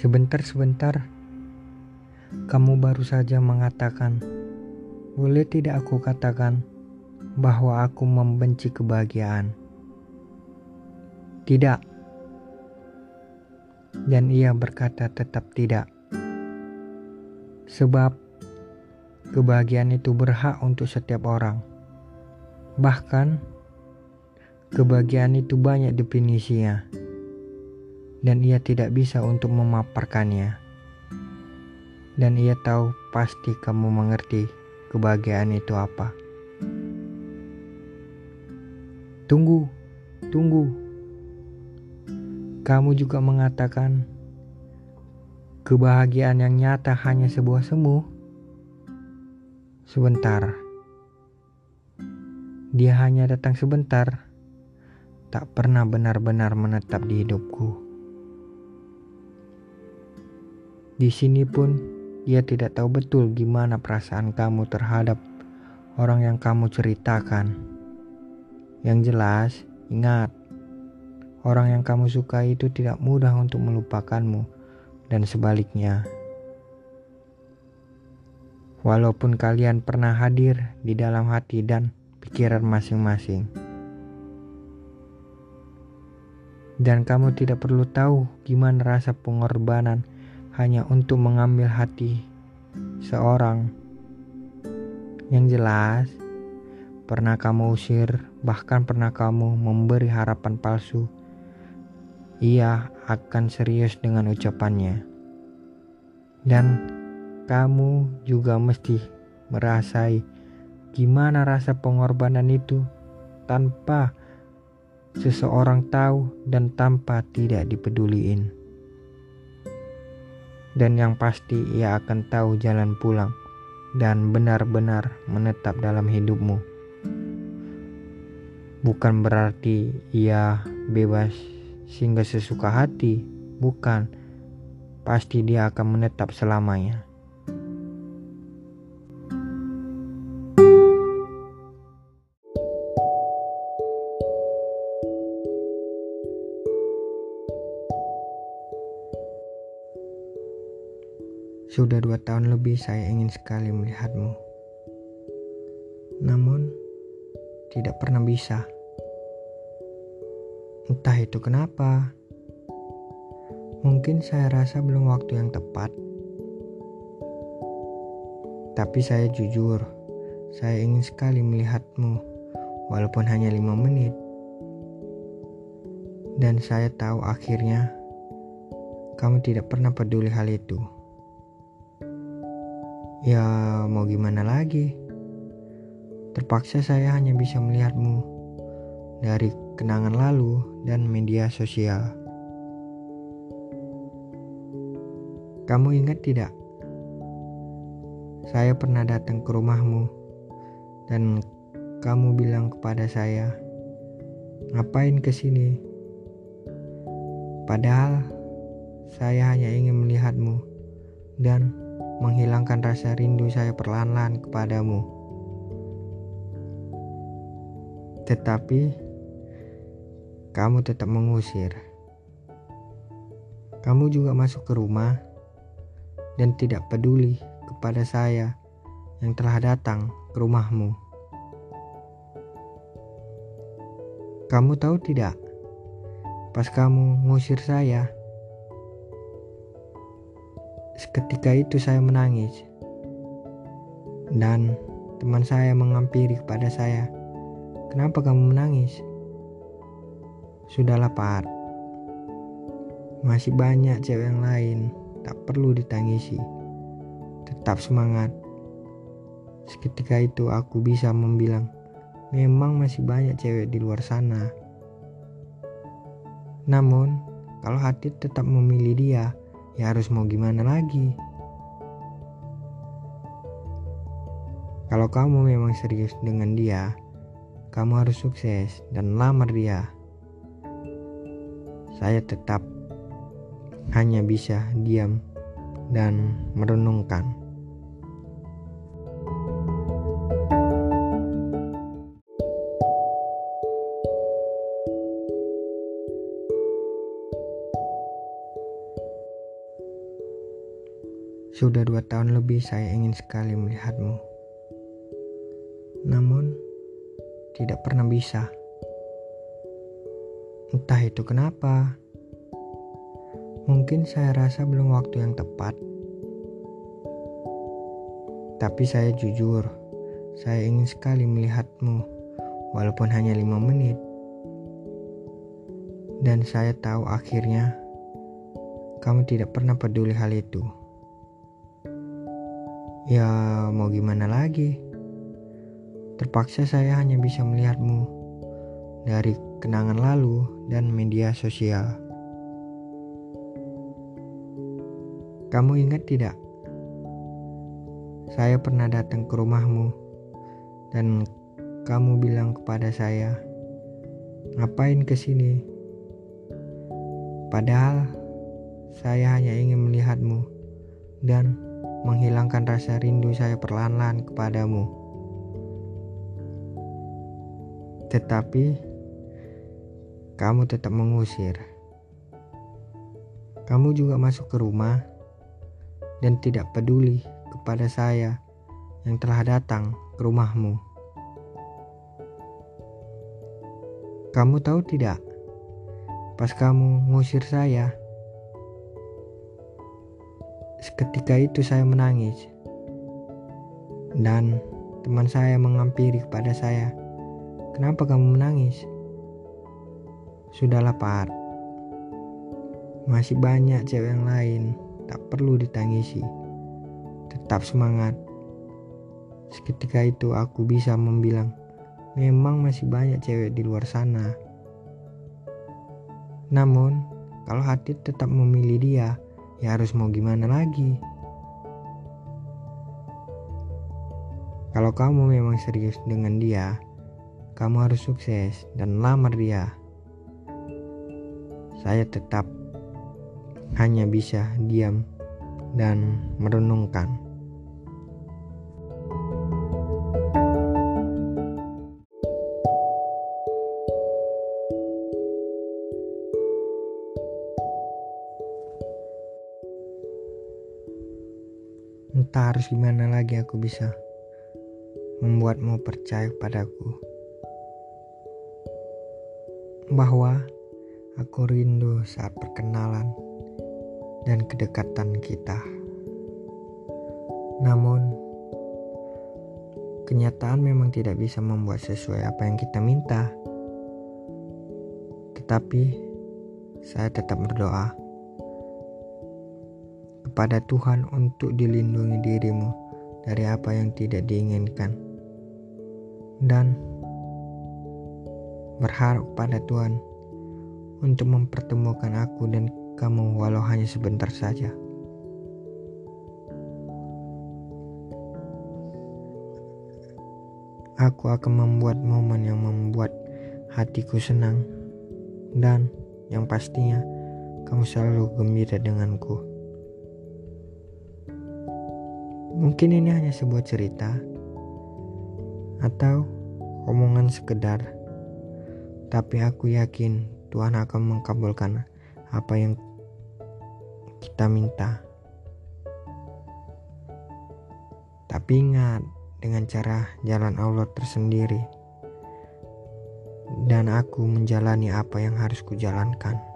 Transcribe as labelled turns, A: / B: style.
A: Sebentar, kamu baru saja mengatakan, boleh tidak aku katakan bahwa aku membenci kebahagiaan? Tidak. Dan ia berkata tetap tidak. Sebab kebahagiaan itu berhak untuk setiap orang. Bahkan kebahagiaan itu banyak definisinya, dan ia tidak bisa untuk memaparkannya. Dan ia tahu pasti kamu mengerti kebahagiaan itu apa. Tunggu. Kamu juga mengatakan kebahagiaan yang nyata hanya sebuah semu. Sebentar. Dia hanya datang sebentar, tak pernah benar-benar menetap di hidupku. Di sini pun dia tidak tahu betul gimana perasaan kamu terhadap orang yang kamu ceritakan. Yang jelas, ingat, orang yang kamu suka itu tidak mudah untuk melupakanmu, dan sebaliknya. Walaupun kalian pernah hadir di dalam hati dan pikiran masing-masing. Dan kamu tidak perlu tahu gimana rasa pengorbanan hanya untuk mengambil hati seorang. Yang jelas, pernah kamu usir, bahkan pernah kamu memberi harapan palsu. Ia akan serius dengan ucapannya. Dan kamu juga mesti merasai gimana rasa pengorbanan itu tanpa seseorang tahu dan tanpa tidak dipeduliin. Dan yang pasti ia akan tahu jalan pulang dan benar-benar menetap dalam hidupmu. Bukan berarti ia bebas sehingga sesuka hati, bukan. Pasti dia akan menetap selamanya. Sudah 2 tahun lebih saya ingin sekali melihatmu. Namun, tidak pernah bisa. Entah itu kenapa. Mungkin saya rasa belum waktu yang tepat. Tapi saya jujur, saya ingin sekali melihatmu, walaupun hanya 5 menit. Dan saya tahu akhirnya, kamu tidak pernah peduli hal itu. Ya, mau gimana lagi? Terpaksa saya hanya bisa melihatmu dari kenangan lalu dan media sosial. Kamu ingat tidak? Saya pernah datang ke rumahmu dan kamu bilang kepada saya, "Ngapain kesini?" Padahal saya hanya ingin melihatmu dan menghilangkan rasa rindu saya perlahan-lahan kepadamu. Tetapi kamu tetap mengusir. Kamu juga masuk ke rumah dan tidak peduli kepada saya yang telah datang ke rumahmu. Kamu tahu tidak? Pas kamu ngusir saya, seketika itu saya menangis. Dan teman saya menghampiri kepada saya, "Kenapa kamu menangis?" Sudahlah Pak, masih banyak cewek yang lain, tak perlu ditangisi. Tetap semangat. Seketika itu aku bisa membilang, memang masih banyak cewek di luar sana. Namun, kalau hati tetap memilih dia, ya harus mau gimana lagi. Kalau kamu memang serius dengan dia, kamu harus sukses dan lamar dia. Saya tetap hanya bisa diam dan merenungkan. Sudah 2 tahun lebih saya ingin sekali melihatmu. Namun, tidak pernah bisa. Entah itu kenapa. Mungkin saya rasa belum waktu yang tepat. Tapi saya jujur, saya ingin sekali melihatmu, walaupun hanya 5 menit. Dan saya tahu akhirnya, kamu tidak pernah peduli hal itu. Ya, mau gimana lagi? Terpaksa saya hanya bisa melihatmu dari kenangan lalu dan media sosial. Kamu ingat tidak? Saya pernah datang ke rumahmu dan kamu bilang kepada saya, "Ngapain ke sini?" Padahal saya hanya ingin melihatmu dan menghilangkan rasa rindu saya perlahan-lahan kepadamu. Tetapi kamu tetap mengusir. Kamu juga masuk ke rumah dan tidak peduli kepada saya yang telah datang ke rumahmu. Kamu tahu tidak? Pas kamu ngusir saya, seketika itu saya menangis. Dan teman saya menghampiri kepada saya, "Kenapa kamu menangis?" "Sudahlah, Pak. Masih banyak cewek yang lain, tak perlu ditangisi. Tetap semangat." Seketika itu aku bisa membilang, memang masih banyak cewek di luar sana. Namun, kalau hati tetap memilih dia, ya harus mau gimana lagi? Kalau kamu memang serius dengan dia, kamu harus sukses dan lamar dia. Saya tetap hanya bisa diam dan merenungkan. Entah harus gimana lagi aku bisa membuatmu percaya padaku bahwa aku rindu saat perkenalan dan kedekatan kita. Namun, kenyataan memang tidak bisa membuat sesuai apa yang kita minta. Tetapi, saya tetap berdoa kepada Tuhan untuk dilindungi dirimu dari apa yang tidak diinginkan. Dan berharap pada Tuhan untuk mempertemukan aku dan kamu walau hanya sebentar saja. Aku akan membuat momen yang membuat hatiku senang, dan yang pastinya kamu selalu gembira denganku. Mungkin ini hanya sebuah cerita atau omongan sekedar, tapi aku yakin Tuhan akan mengabulkan apa yang kita minta. Tapi ingat, dengan cara jalan Allah tersendiri, dan aku menjalani apa yang harus kujalankan.